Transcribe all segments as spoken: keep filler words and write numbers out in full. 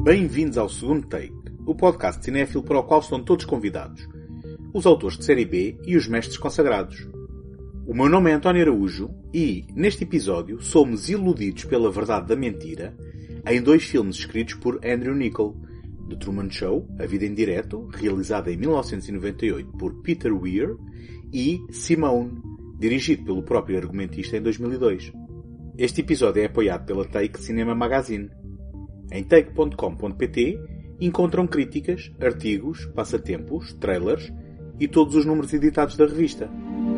Bem-vindos ao segundo Take, o podcast cinéfilo para o qual estão todos convidados, os autores de série B e os mestres consagrados. O meu nome é António Araújo e, neste episódio, somos iludidos pela verdade da mentira em dois filmes escritos por Andrew Niccol, The Truman Show, A Vida em Direto, realizada em mil novecentos e noventa e oito por Peter Weir, e Simone, dirigido pelo próprio argumentista em dois mil e dois. Este episódio é apoiado pela Take Cinema Magazine. Em take ponto com ponto pt encontram críticas, artigos, passatempos, trailers e todos os números editados da revista.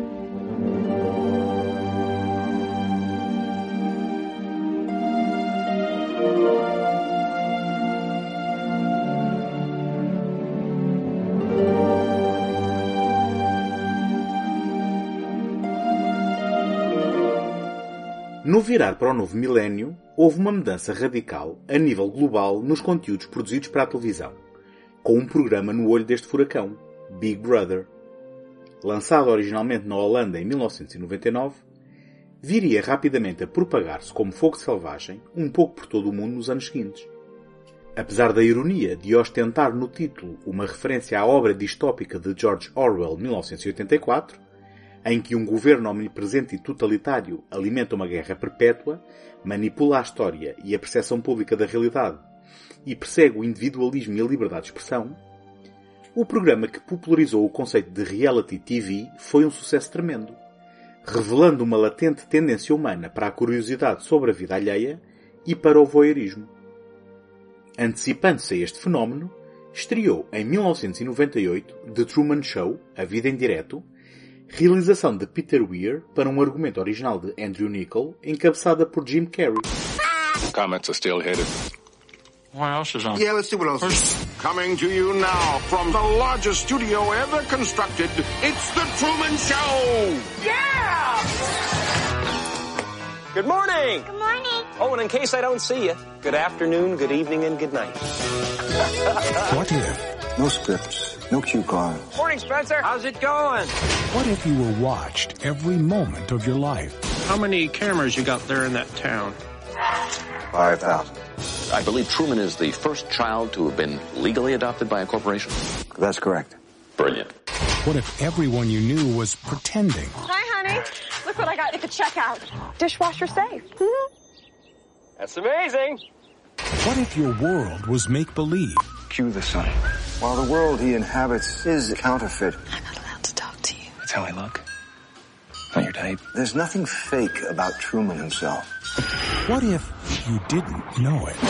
No virar para o novo milénio, houve uma mudança radical a nível global nos conteúdos produzidos para a televisão, com um programa no olho deste furacão, Big Brother. Lançado originalmente na Holanda em mil novecentos e noventa e nove, viria rapidamente a propagar-se como fogo selvagem um pouco por todo o mundo nos anos seguintes. Apesar da ironia de ostentar no título uma referência à obra distópica de George Orwell, mil novecentos e oitenta e quatro, em que um governo omnipresente e totalitário alimenta uma guerra perpétua, manipula a história e a percepção pública da realidade e persegue o individualismo e a liberdade de expressão, o programa que popularizou o conceito de reality T V foi um sucesso tremendo, revelando uma latente tendência humana para a curiosidade sobre a vida alheia e para o voyeurismo. Antecipando-se a este fenómeno, estreou em mil novecentos e noventa e oito The Truman Show, A Vida em Direto, realização de Peter Weir para um argumento original de Andrew Niccol, encabeçada por Jim Carrey. Comets are still headed. What else is on? Yeah, let's see what else is. Coming to you now from the largest studio ever constructed, it's The Truman Show! Yeah! Good morning! Good morning. Oh, and in case I don't see you, good afternoon, good evening, and good night. What if? No scripts, no cue cards. Morning, Spencer. How's it going? What if you were watched every moment of your life? How many cameras you got there in that town? Five thousand. I believe Truman is the first child to have been legally adopted by a corporation. That's correct. Brilliant. What if everyone you knew was pretending? Hi, honey. Look what I got at the checkout. Dishwasher safe. Mm-hmm. That's amazing. What if your world was make-believe? Cue the sun. While the world he inhabits is counterfeit, I'm not allowed to talk to you. that's how I look. Not your type. There's nothing fake about Truman himself. What if you didn't know it?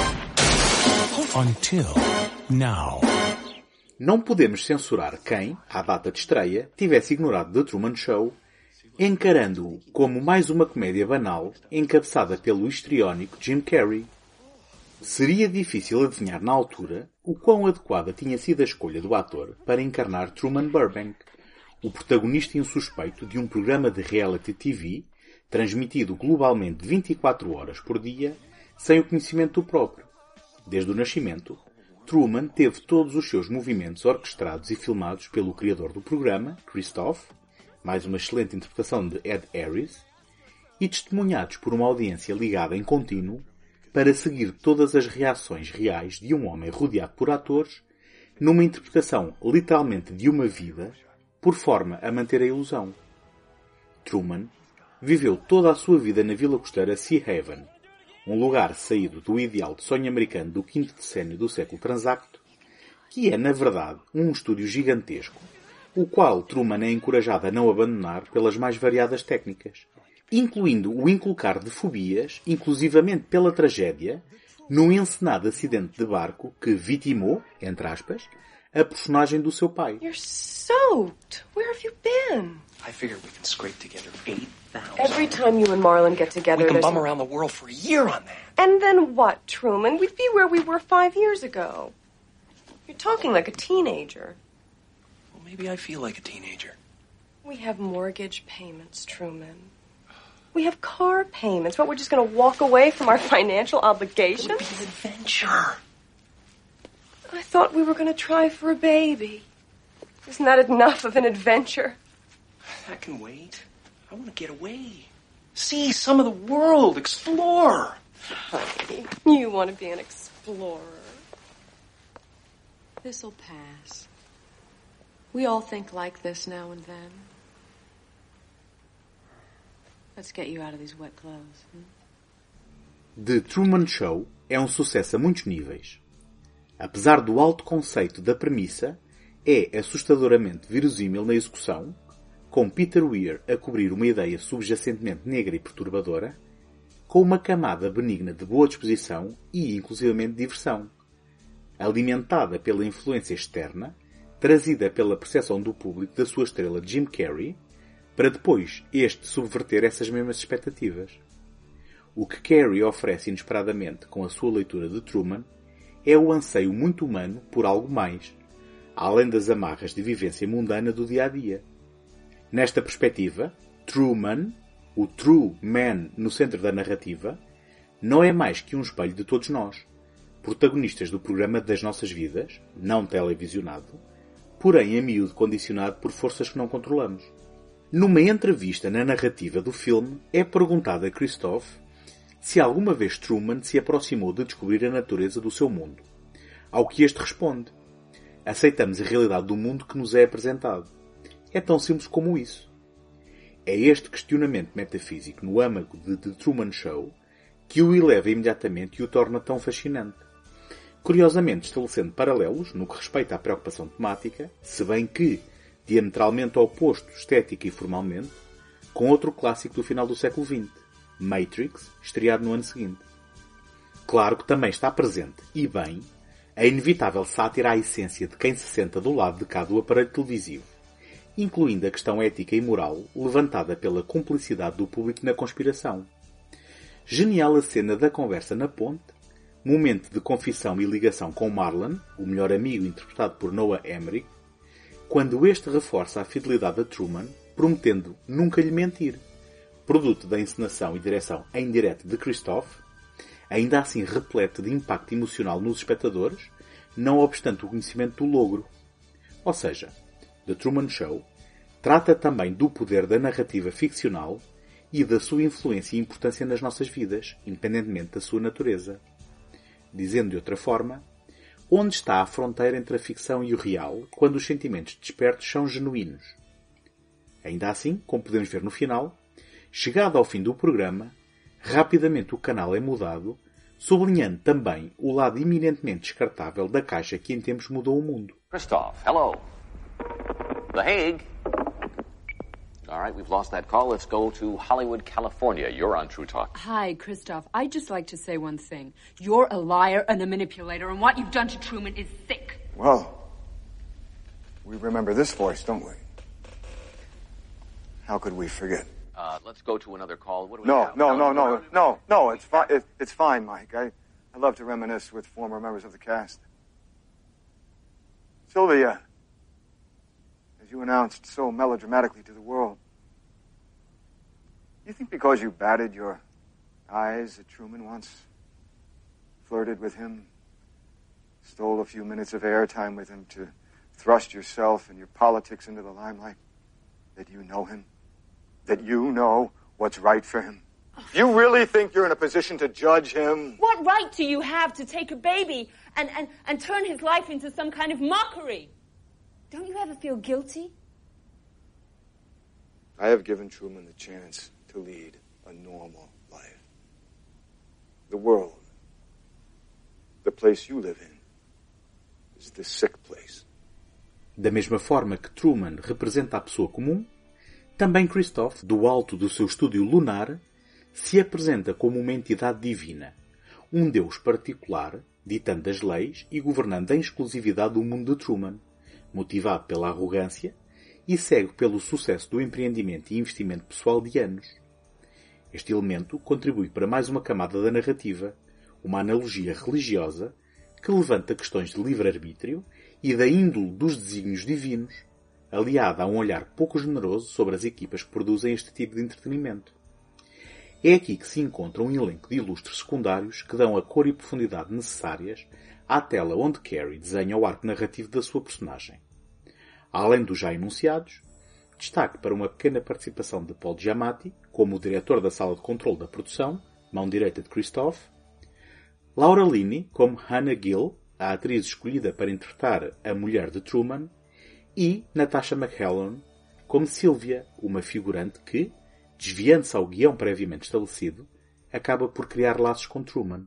Until now. Não podemos censurar quem, à data de estreia, tivesse ignorado The Truman Show, encarando-o como mais uma comédia banal encabeçada pelo histriónico Jim Carrey. Seria difícil adivinhar na altura o quão adequada tinha sido a escolha do ator para encarnar Truman Burbank, o protagonista insuspeito de um programa de reality T V transmitido globalmente vinte e quatro horas por dia sem o conhecimento do próprio. Desde o nascimento, Truman teve todos os seus movimentos orquestrados e filmados pelo criador do programa, Christof, mais uma excelente interpretação de Ed Harris, e testemunhados por uma audiência ligada em contínuo para seguir todas as reações reais de um homem rodeado por atores numa interpretação literalmente de uma vida por forma a manter a ilusão. Truman viveu toda a sua vida na vila costeira Sea Haven, um lugar saído do ideal de sonho americano do quinto decênio do século transacto, que é, na verdade, um estúdio gigantesco, o qual Truman é encorajado a não abandonar pelas mais variadas técnicas, incluindo o inculcar de fobias, inclusivamente pela tragédia, num encenado acidente de barco que vitimou, entre aspas, a personagem do seu pai. You're soaked. Where have you been? I figured we can scrape together eight thousand. Every time you and Marlon get together, We can there's... bum around the world for a year on that. And then what, Truman? We'd be where we were five years ago. You're talking like a teenager. Well, maybe I feel like a teenager. We have mortgage payments, Truman. We have car payments. What, we're just going to walk away from our financial obligations? It would be an adventure. I thought we were going to try for a baby. Isn't that enough of an adventure? That can wait. I want to get away. See some of the world. Explore. Honey, you want to be an explorer. This'll pass. We all think like this now and then. Let's get you out of these wet clothes. Hmm? The Truman Show é um sucesso a muitos níveis. Apesar do alto conceito da premissa, é assustadoramente verossímil na execução, com Peter Weir a cobrir uma ideia subjacentemente negra e perturbadora, com uma camada benigna de boa disposição e, inclusivamente, diversão, alimentada pela influência externa, trazida pela percepção do público da sua estrela Jim Carrey, para depois este subverter essas mesmas expectativas. O que Carrey oferece inesperadamente com a sua leitura de Truman é o anseio muito humano por algo mais, além das amarras de vivência mundana do dia-a-dia. Nesta perspectiva, Truman, o True Man no centro da narrativa, não é mais que um espelho de todos nós, protagonistas do programa das nossas vidas, não televisionado, porém a miúdo condicionado por forças que não controlamos. Numa entrevista na narrativa do filme, é perguntado a Christof se alguma vez Truman se aproximou de descobrir a natureza do seu mundo. Ao que este responde: aceitamos a realidade do mundo que nos é apresentado. É tão simples como isso. É este questionamento metafísico no âmago de The Truman Show que o eleva imediatamente e o torna tão fascinante. Curiosamente estabelecendo paralelos no que respeita à preocupação temática, se bem que diametralmente oposto estética e formalmente, com outro clássico do final do século vinte, Matrix, estreado no ano seguinte. Claro que também está presente, e bem, a inevitável sátira à essência de quem se senta do lado de cá do aparelho televisivo, incluindo a questão ética e moral levantada pela cumplicidade do público na conspiração. Genial a cena da conversa na ponte, momento de confissão e ligação com Marlon, o melhor amigo interpretado por Noah Emmerich, quando este reforça a fidelidade a Truman, prometendo nunca lhe mentir, produto da encenação e direção em direto de Christof, ainda assim repleto de impacto emocional nos espectadores, não obstante o conhecimento do logro. Ou seja, The Truman Show trata também do poder da narrativa ficcional e da sua influência e importância nas nossas vidas, independentemente da sua natureza. Dizendo de outra forma, onde está a fronteira entre a ficção e o real quando os sentimentos despertos são genuínos? Ainda assim, como podemos ver no final, chegado ao fim do programa, rapidamente o canal é mudado, sublinhando também o lado eminentemente descartável da caixa que em tempos mudou o mundo. Christoph, hello. The Hague. All right, we've lost that call. Let's go to Hollywood, California. You're on True Talk. Hi, Christoph. I'd just like to say one thing. You're a liar and a manipulator, and what you've done to Truman is sick. Well, we remember this voice, don't we? How could we forget? Uh, let's go to another call. What do we No, have? no, no, no, no, no, it's fine. It, it's fine, Mike. I, I love to reminisce with former members of the cast. Sylvia, as you announced so melodramatically to the world, you think because you batted your eyes at Truman once, flirted with him, stole a few minutes of airtime with him to thrust yourself and your politics into the limelight, that you know him? That you know what's right for him? You really think you're in a position to judge him? What right do you have to take a baby and, and, and turn his life into some kind of mockery? Don't you ever feel guilty? I have given Truman the chance to lead a normal life. The world, the place you live in, is the sick place. Da mesma forma que Truman representa a pessoa comum, também Christoph, do alto do seu estúdio lunar, se apresenta como uma entidade divina, um deus particular, ditando as leis e governando em exclusividade o mundo de Truman, motivado pela arrogância e cego pelo sucesso do empreendimento e investimento pessoal de anos. Este elemento contribui para mais uma camada da narrativa, uma analogia religiosa que levanta questões de livre-arbítrio e da índole dos desígnios divinos, aliada a um olhar pouco generoso sobre as equipas que produzem este tipo de entretenimento. É aqui que se encontra um elenco de ilustres secundários que dão a cor e profundidade necessárias à tela onde Carrey desenha o arco narrativo da sua personagem. Além dos já enunciados, destaque para uma pequena participação de Paul Giamatti, como o diretor da sala de controle da produção, mão direita de Christoph, Laura Linney como Hannah Gill, a atriz escolhida para interpretar a mulher de Truman, e Natasha McElhone como Sylvia, uma figurante que, desviando-se ao guião previamente estabelecido, acaba por criar laços com Truman.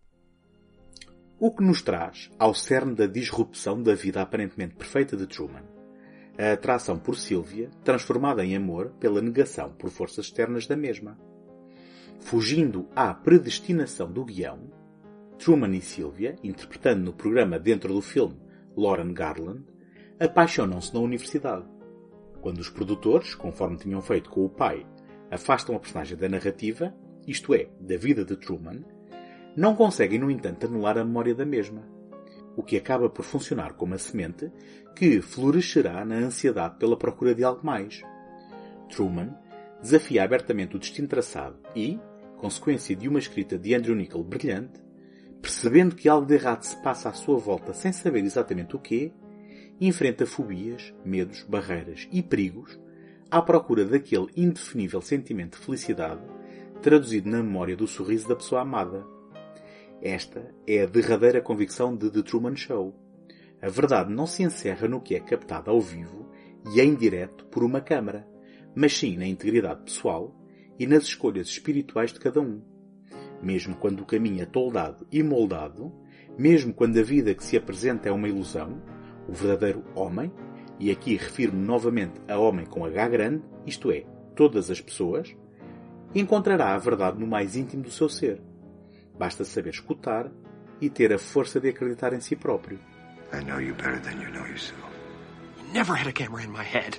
O que nos traz ao cerne da disrupção da vida aparentemente perfeita de Truman, a atração por Sylvia, transformada em amor pela negação por forças externas da mesma. Fugindo à predestinação do guião, Truman e Sylvia, interpretando no programa dentro do filme Lauren Garland, apaixonam-se na universidade. Quando os produtores, conforme tinham feito com o pai, afastam a personagem da narrativa, isto é, da vida de Truman, não conseguem, no entanto, anular a memória da mesma, o que acaba por funcionar como a semente que florescerá na ansiedade pela procura de algo mais. Truman desafia abertamente o destino traçado e, consequência de uma escrita de Andrew Niccol brilhante, percebendo que algo de errado se passa à sua volta sem saber exatamente o quê, enfrenta fobias, medos, barreiras e perigos à procura daquele indefinível sentimento de felicidade traduzido na memória do sorriso da pessoa amada. Esta é a derradeira convicção de The Truman Show. A verdade não se encerra no que é captado ao vivo e em direto por uma câmara, mas sim na integridade pessoal e nas escolhas espirituais de cada um. Mesmo quando o caminho é toldado e moldado, mesmo quando a vida que se apresenta é uma ilusão, o verdadeiro homem, e aqui refiro-me novamente a homem com H grande, isto é, todas as pessoas, encontrará a verdade no mais íntimo do seu ser. Basta saber escutar e ter a força de acreditar em si próprio. I know you better than you know yourself. You never had a camera in my head.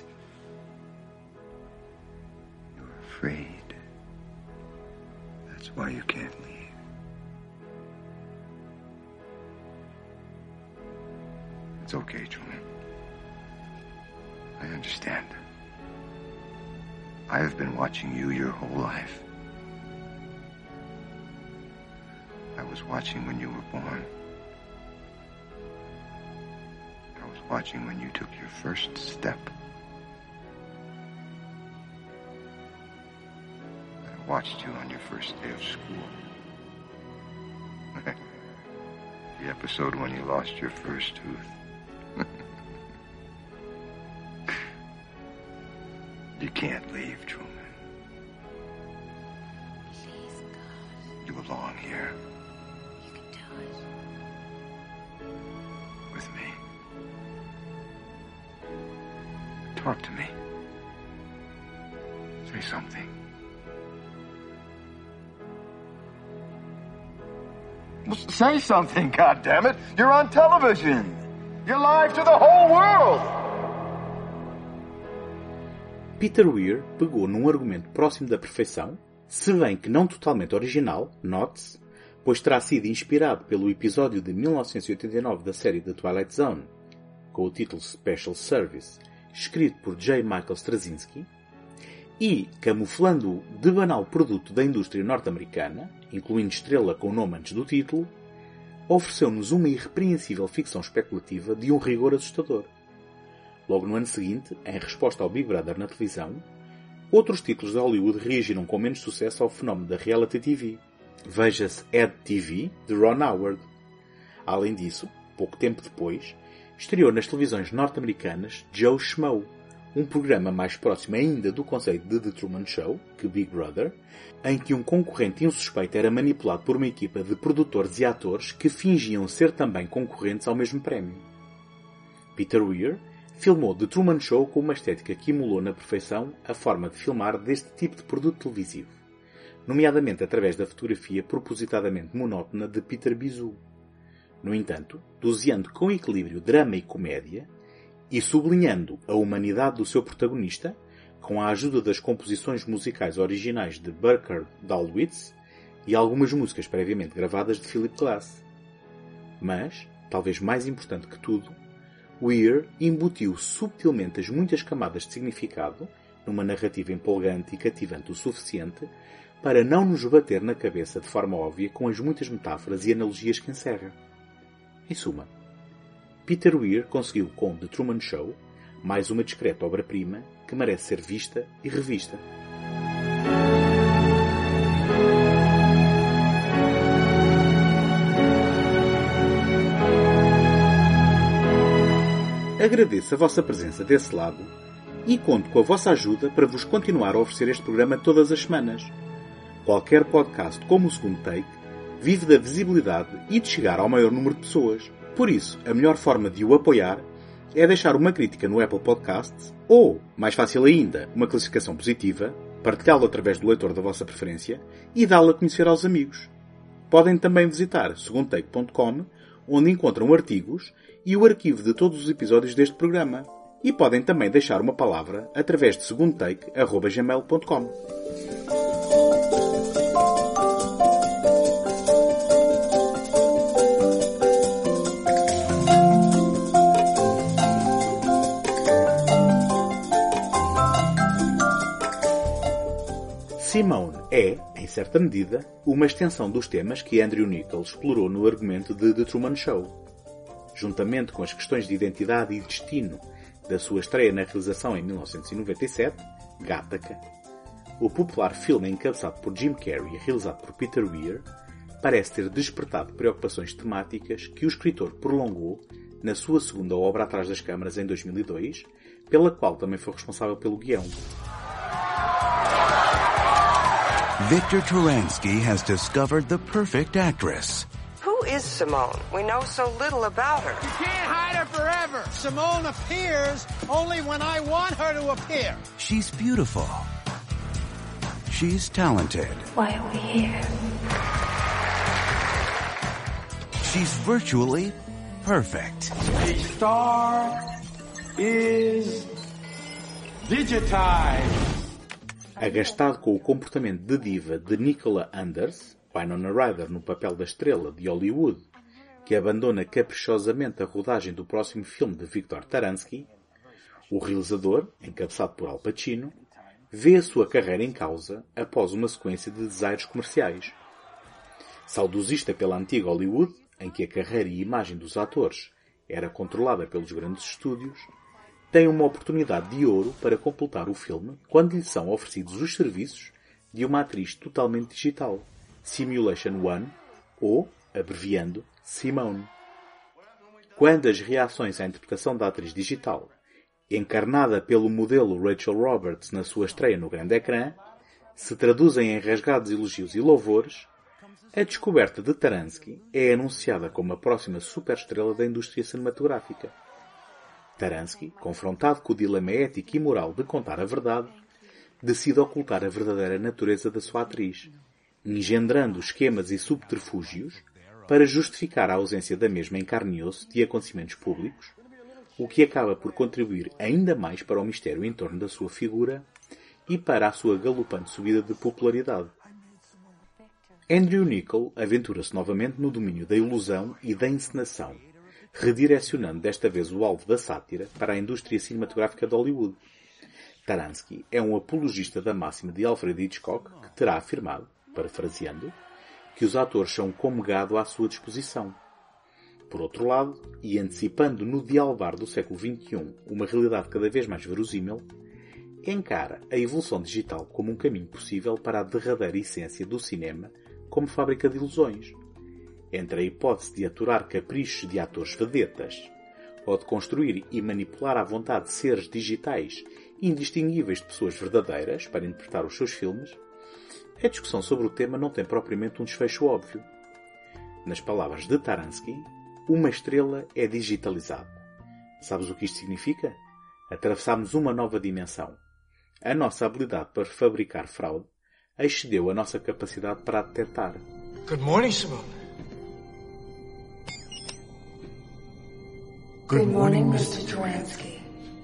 You're afraid. That's why you can't leave. It's okay, Truman. I understand. I have been watching you your whole life. I was watching when you were born. I was watching when you took your first step. I watched you on your first day of school. The episode when you lost your first tooth. You can't leave, Truman. Please, God. You belong here. You can do it. With me. Talk to me. Say something. Well, say something, goddammit! You're on television! You're live to the whole world! Peter Weir pegou num argumento próximo da perfeição, se bem que não totalmente original, note-se, pois terá sido inspirado pelo episódio de mil novecentos e oitenta e nove da série The Twilight Zone, com o título Special Service, escrito por J. Michael Straczynski, e, camuflando-o de banal produto da indústria norte-americana, incluindo estrela com o nome antes do título, ofereceu-nos uma irrepreensível ficção especulativa de um rigor assustador. Logo no ano seguinte, em resposta ao Big Brother na televisão, outros títulos de Hollywood reagiram com menos sucesso ao fenómeno da reality T V. Veja-se Ed T V, de Ron Howard. Além disso, pouco tempo depois, estreou nas televisões norte-americanas Joe Schmo, um programa mais próximo ainda do conceito de The Truman Show, que Big Brother, em que um concorrente insuspeito era manipulado por uma equipa de produtores e atores que fingiam ser também concorrentes ao mesmo prémio. Peter Weir filmou The Truman Show com uma estética que emulou na perfeição a forma de filmar deste tipo de produto televisivo, nomeadamente através da fotografia propositadamente monótona de Peter Bizou. No entanto, doseando com equilíbrio drama e comédia, e sublinhando a humanidade do seu protagonista, com a ajuda das composições musicais originais de Burkhard Dallwitz e algumas músicas previamente gravadas de Philip Glass. Mas, talvez mais importante que tudo, Weir embutiu subtilmente as muitas camadas de significado numa narrativa empolgante e cativante o suficiente para não nos bater na cabeça de forma óbvia com as muitas metáforas e analogias que encerra. Em suma, Peter Weir conseguiu com The Truman Show mais uma discreta obra-prima que merece ser vista e revista. Agradeço a vossa presença desse lado e conto com a vossa ajuda para vos continuar a oferecer este programa todas as semanas. Qualquer podcast como o Segundo Take vive da visibilidade e de chegar ao maior número de pessoas. Por isso, a melhor forma de o apoiar é deixar uma crítica no Apple Podcasts ou, mais fácil ainda, uma classificação positiva, partilhá-lo através do leitor da vossa preferência e dá-lo a conhecer aos amigos. Podem também visitar segundo take ponto com, onde encontram artigos e o arquivo de todos os episódios deste programa. E podem também deixar uma palavra através de segundo take arroba gmail ponto com. Simone é, em certa medida, uma extensão dos temas que Andrew Niccol explorou no argumento de The Truman Show. Juntamente com as questões de identidade e destino da sua estreia na realização em mil novecentos e noventa e sete, Gattaca, o popular filme encabeçado por Jim Carrey e realizado por Peter Weir, parece ter despertado preocupações temáticas que o escritor prolongou na sua segunda obra Atrás das Câmaras em dois mil e dois, pela qual também foi responsável pelo guião. Victor Taransky has discovered the perfect actress. Who is Simone? We know so little about her. You can't hide her forever. Simone appears only when I want her to appear. She's beautiful. She's talented. Why are we here? She's virtually perfect. A star is digitized. Agastado com o comportamento de diva de Nicola Anders, Winona Ryder no papel da estrela de Hollywood, que abandona caprichosamente a rodagem do próximo filme de Victor Taransky, o realizador, encabeçado por Al Pacino, vê a sua carreira em causa após uma sequência de desaires comerciais. Saudosista pela antiga Hollywood, em que a carreira e imagem dos atores era controlada pelos grandes estúdios, tem uma oportunidade de ouro para completar o filme quando lhe são oferecidos os serviços de uma atriz totalmente digital, Simulation One, ou, abreviando, Simone. Quando as reações à interpretação da atriz digital, encarnada pelo modelo Rachel Roberts na sua estreia no grande ecrã, se traduzem em rasgados elogios e louvores, a descoberta de Taransky é anunciada como a próxima superestrela da indústria cinematográfica. Taransky, confrontado com o dilema ético e moral de contar a verdade, decide ocultar a verdadeira natureza da sua atriz, engendrando esquemas e subterfúgios para justificar a ausência da mesma em carne e osso de acontecimentos públicos, o que acaba por contribuir ainda mais para o mistério em torno da sua figura e para a sua galopante subida de popularidade. Andrew Niccol aventura-se novamente no domínio da ilusão e da encenação, redirecionando desta vez o alvo da sátira para a indústria cinematográfica de Hollywood. Taransky é um apologista da máxima de Alfred Hitchcock, que terá afirmado, parafraseando, que os atores são como gado à sua disposição. Por outro lado, e antecipando no dialbar do século vinte e um uma realidade cada vez mais verosímil, encara a evolução digital como um caminho possível para a derradeira essência do cinema como fábrica de ilusões. Entre a hipótese de aturar caprichos de atores vedetas, ou de construir e manipular à vontade seres digitais indistinguíveis de pessoas verdadeiras para interpretar os seus filmes, a discussão sobre o tema não tem propriamente um desfecho óbvio. Nas palavras de Taransky, uma estrela é digitalizada. Sabes o que isto significa? Atravessámos uma nova dimensão. A nossa habilidade para fabricar fraude excedeu a nossa capacidade para a detectar. Good morning, Simone. Good morning, mister Taransky.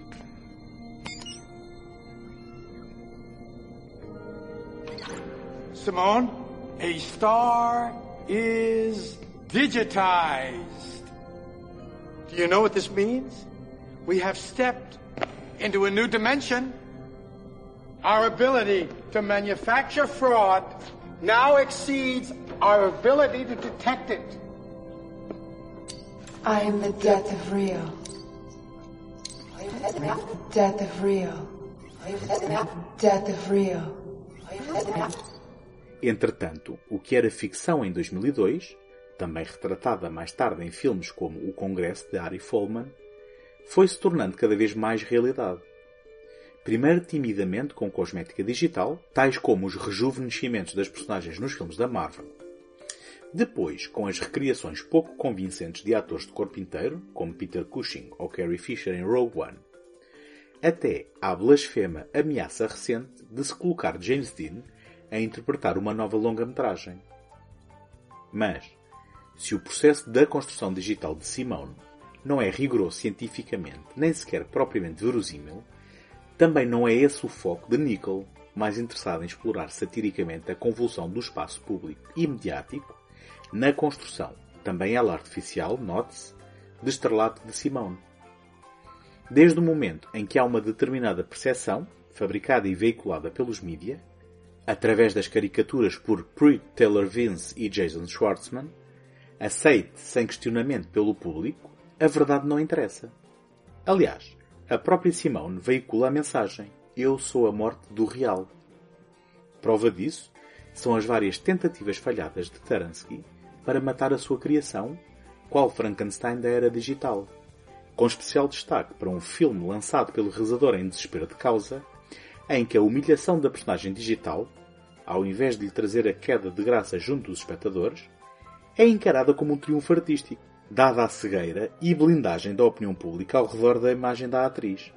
Simone, a star is digitized. Do you know what this means? We have stepped into a new dimension. Our ability to manufacture fraud now exceeds our ability to detect it. I am the death of Rio. Death of Rio. Death of Rio. Entretanto, o que era ficção em dois mil e dois, também retratada mais tarde em filmes como O Congresso de Ari Folman, foi-se tornando cada vez mais realidade. Primeiro timidamente com cosmética digital, tais como os rejuvenescimentos das personagens nos filmes da Marvel. Depois, com as recriações pouco convincentes de atores de corpo inteiro, como Peter Cushing ou Carrie Fisher em Rogue One. Até à blasfema ameaça recente de se colocar James Dean a interpretar uma nova longa-metragem. Mas, se o processo da construção digital de Simone não é rigoroso cientificamente, nem sequer propriamente verosímil, também não é esse o foco de Nickel, mais interessado em explorar satiricamente a convulsão do espaço público e mediático na construção, também ela artificial, note-se, de estrelato de Simone. Desde o momento em que há uma determinada percepção, fabricada e veiculada pelos mídia, através das caricaturas por Pruitt Taylor Vince e Jason Schwartzman, aceite sem questionamento pelo público, a verdade não interessa. Aliás, a própria Simone veicula a mensagem: eu sou a morte do real. Prova disso são as várias tentativas falhadas de Taransky para matar a sua criação, qual Frankenstein da era digital, com especial destaque para um filme lançado pelo realizador em desespero de causa, em que a humilhação da personagem digital, ao invés de lhe trazer a queda de graça junto dos espectadores, é encarada como um triunfo artístico, dada a cegueira e blindagem da opinião pública ao redor da imagem da atriz.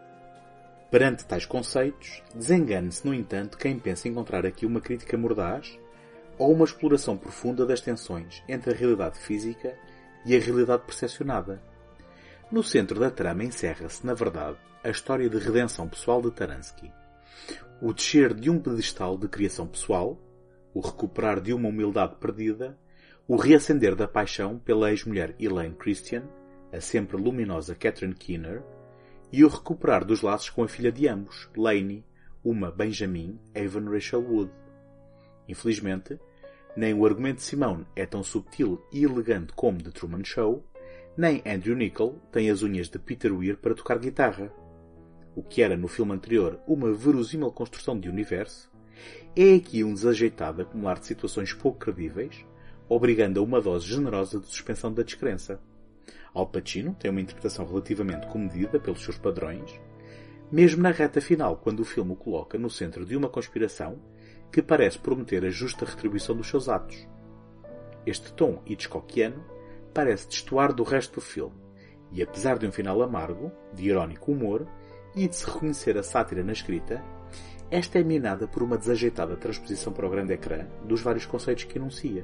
Perante tais conceitos, desengane-se, no entanto, quem pensa encontrar aqui uma crítica mordaz ou uma exploração profunda das tensões entre a realidade física e a realidade percepcionada. No centro da trama encerra-se, na verdade, a história de redenção pessoal de Taransky. O descer de um pedestal de criação pessoal, o recuperar de uma humildade perdida, o reacender da paixão pela ex-mulher Elaine Christian, a sempre luminosa Catherine Keener, e o recuperar dos laços com a filha de ambos, Lainey, uma Benjamin Evan Rachel Wood. Infelizmente, nem o argumento de Simone é tão subtil e elegante como The Truman Show, nem Andrew Niccol tem as unhas de Peter Weir para tocar guitarra. O que era no filme anterior uma verosímil construção de universo, é aqui um desajeitado acumular de situações pouco credíveis, obrigando a uma dose generosa de suspensão da descrença. Al Pacino tem uma interpretação relativamente comedida pelos seus padrões, mesmo na reta final, quando o filme o coloca no centro de uma conspiração que parece prometer a justa retribuição dos seus atos. Este tom hitchcockiano parece destoar do resto do filme, e apesar de um final amargo, de irónico humor e de se reconhecer a sátira na escrita, esta é minada por uma desajeitada transposição para o grande ecrã dos vários conceitos que enuncia.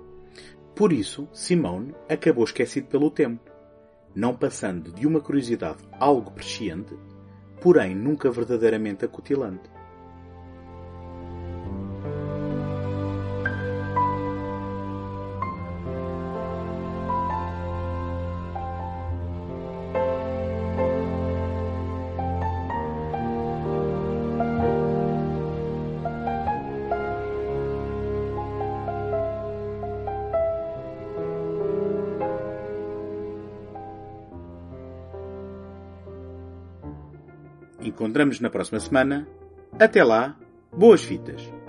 Por isso, Simone acabou esquecido pelo tempo, não passando de uma curiosidade algo presciente, porém nunca verdadeiramente acutilante. Encontramos na próxima semana. Até lá, boas fitas!